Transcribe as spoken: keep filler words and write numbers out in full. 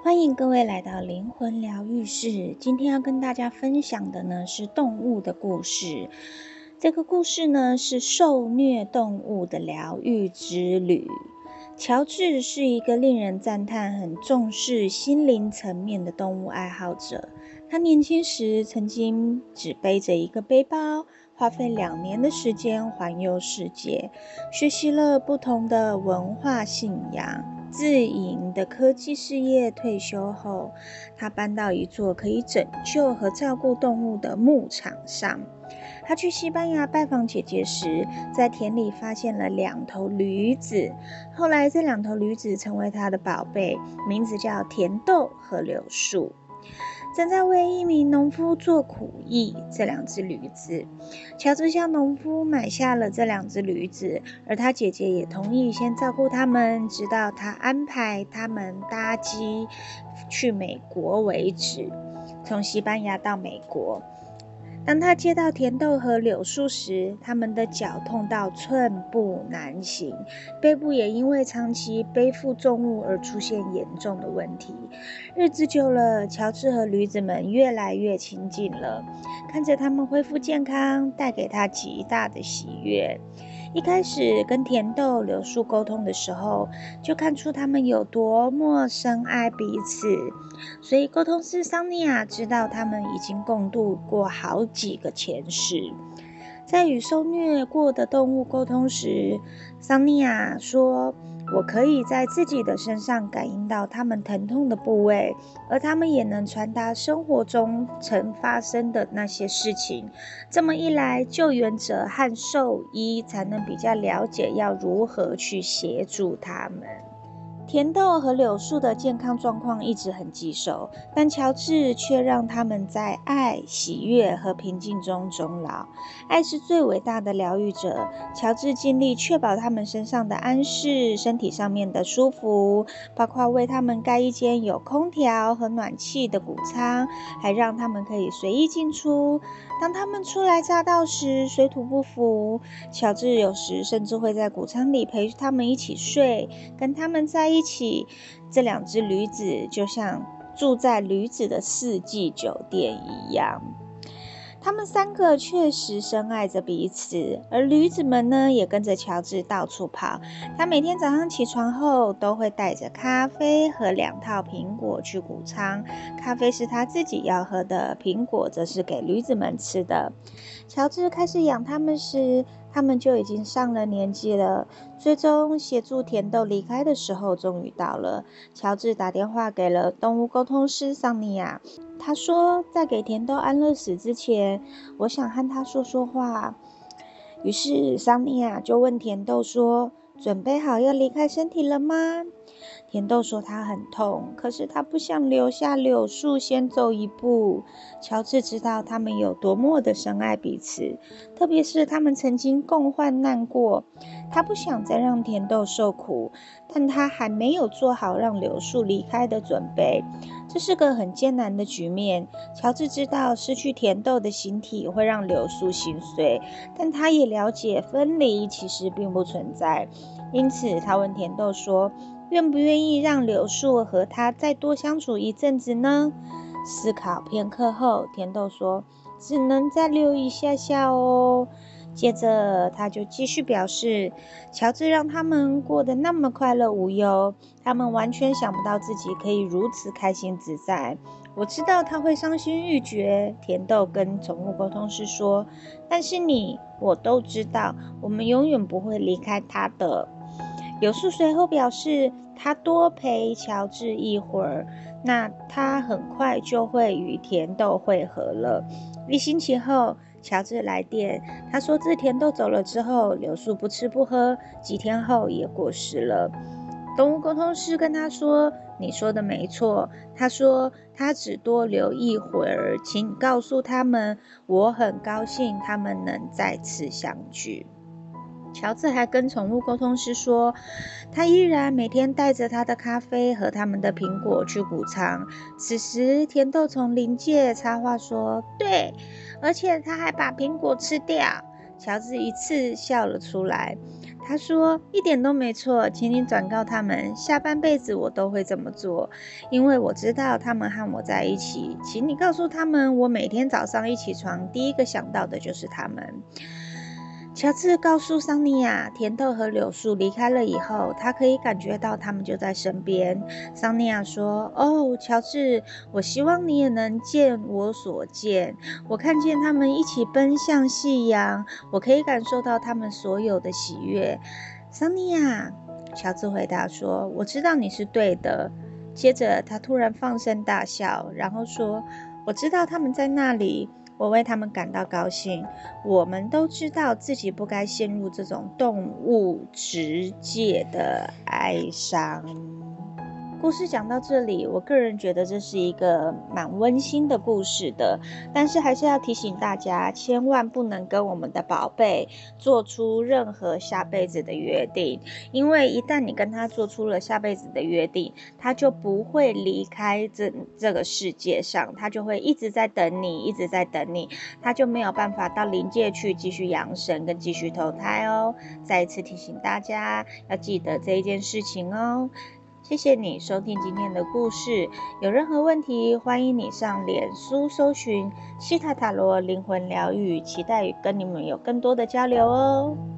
欢迎各位来到灵魂疗愈室。今天要跟大家分享的呢是动物的故事。这个故事呢是受虐动物的疗愈之旅。乔治是一个令人赞叹、很重视心灵层面的动物爱好者。他年轻时曾经只背着一个背包，花费两年的时间环游世界，学习了不同的文化信仰。自营的科技事业退休后，他搬到一座可以拯救和照顾动物的牧场上。他去西班牙拜访姐姐时，在田里发现了两头驴子。后来这两头驴子成为他的宝贝，名字叫甜豆和柳树。正在为一名农夫做苦役，这两只驴子，乔治向农夫买下了这两只驴子，而他姐姐也同意先照顾他们，直到他安排他们搭机去美国为止，从西班牙到美国。当他接到甜豆和柳树时，他们的脚痛到寸步难行，背部也因为长期背负重物而出现严重的问题。日子久了，乔治和驴子们越来越亲近了，看着他们恢复健康，带给他极大的喜悦。一开始跟甜豆、柳树沟通的时候，就看出他们有多么深爱彼此。所以沟通师桑尼亚知道他们已经共度过好几个前世。在与受虐过的动物沟通时，桑尼亚说，我可以在自己的身上感应到他们疼痛的部位，而他们也能传达生活中曾发生的那些事情。这么一来，救援者和兽医才能比较了解要如何去协助他们。甜豆和柳树的健康状况一直很棘手，但乔治却让他们在爱、喜悦和平静中终老。爱是最伟大的疗愈者，乔治尽力确保他们身上的安适，身体上面的舒服，包括为他们盖一间有空调和暖气的谷仓，还让他们可以随意进出。当他们初来乍到时，水土不服，乔治有时甚至会在谷仓里陪他们一起睡，跟他们在一起。这两只驴子就像住在驴子的四季酒店一样。他们三个确实深爱着彼此，而驴子们呢，也跟着乔治到处跑。他每天早上起床后，都会带着咖啡和两套苹果去谷仓。咖啡是他自己要喝的，苹果则是给驴子们吃的。乔治开始养他们时，他们就已经上了年纪了。最终协助甜豆离开的时候终于到了。乔治打电话给了动物沟通师桑尼亚，他说在给甜豆安乐死之前，我想和他说说话。于是桑尼亚就问甜豆说，准备好要离开身体了吗？甜豆说他很痛，可是他不想留下柳树先走一步。乔治知道他们有多么的深爱彼此，特别是他们曾经共患难过。他不想再让甜豆受苦，但他还没有做好让柳树离开的准备。这是个很艰难的局面。乔治知道失去甜豆的形体会让柳树心碎，但他也了解分离其实并不存在。因此他问甜豆说，愿不愿意让柳树和他再多相处一阵子呢？思考片刻后，甜豆说，只能再留一下下哦。接着他就继续表示，乔治让他们过得那么快乐无忧，他们完全想不到自己可以如此开心自在。我知道他会伤心欲绝，甜豆跟宠物沟通师说，但是你我都知道，我们永远不会离开他的。柳树随后表示，他多陪乔治一会儿，那他很快就会与甜豆会合了。一星期后，乔治来电，他说自甜豆走了之后，柳树不吃不喝，几天后也过世了。动物沟通师跟他说，你说的没错。他说他只多留一会儿，请告诉他们，我很高兴他们能再次相聚。乔治还跟宠物沟通师说，他依然每天带着他的咖啡和他们的苹果去谷仓。此时甜豆从临界插话说，对，而且他还把苹果吃掉。乔治一次笑了出来。 他说一点都没错，请你转告他们，下半辈子我都会这么做，因为我知道他们和我在一起，请你告诉他们，我每天早上一起床，第一个想到的就是他们。乔治告诉桑尼亚，甜豆和柳树离开了以后，他可以感觉到他们就在身边。桑尼亚说：哦，乔治，我希望你也能见我所见。我看见他们一起奔向夕阳，我可以感受到他们所有的喜悦。桑尼亚，乔治回答说：我知道你是对的。接着他突然放声大笑，然后说：我知道他们在那里，我为他们感到高兴。我们都知道自己不该陷入这种动物直界的哀伤。故事讲到这里，我个人觉得这是一个蛮温馨的故事的，但是还是要提醒大家，千万不能跟我们的宝贝做出任何下辈子的约定，因为一旦你跟他做出了下辈子的约定，他就不会离开这这个世界上，他就会一直在等你，一直在等你，他就没有办法到灵界去继续养生跟继续投胎哦。再一次提醒大家要记得这一件事情哦。谢谢你收听今天的故事，有任何问题欢迎你上脸书搜寻西塔塔罗灵魂疗愈，期待跟你们有更多的交流哦。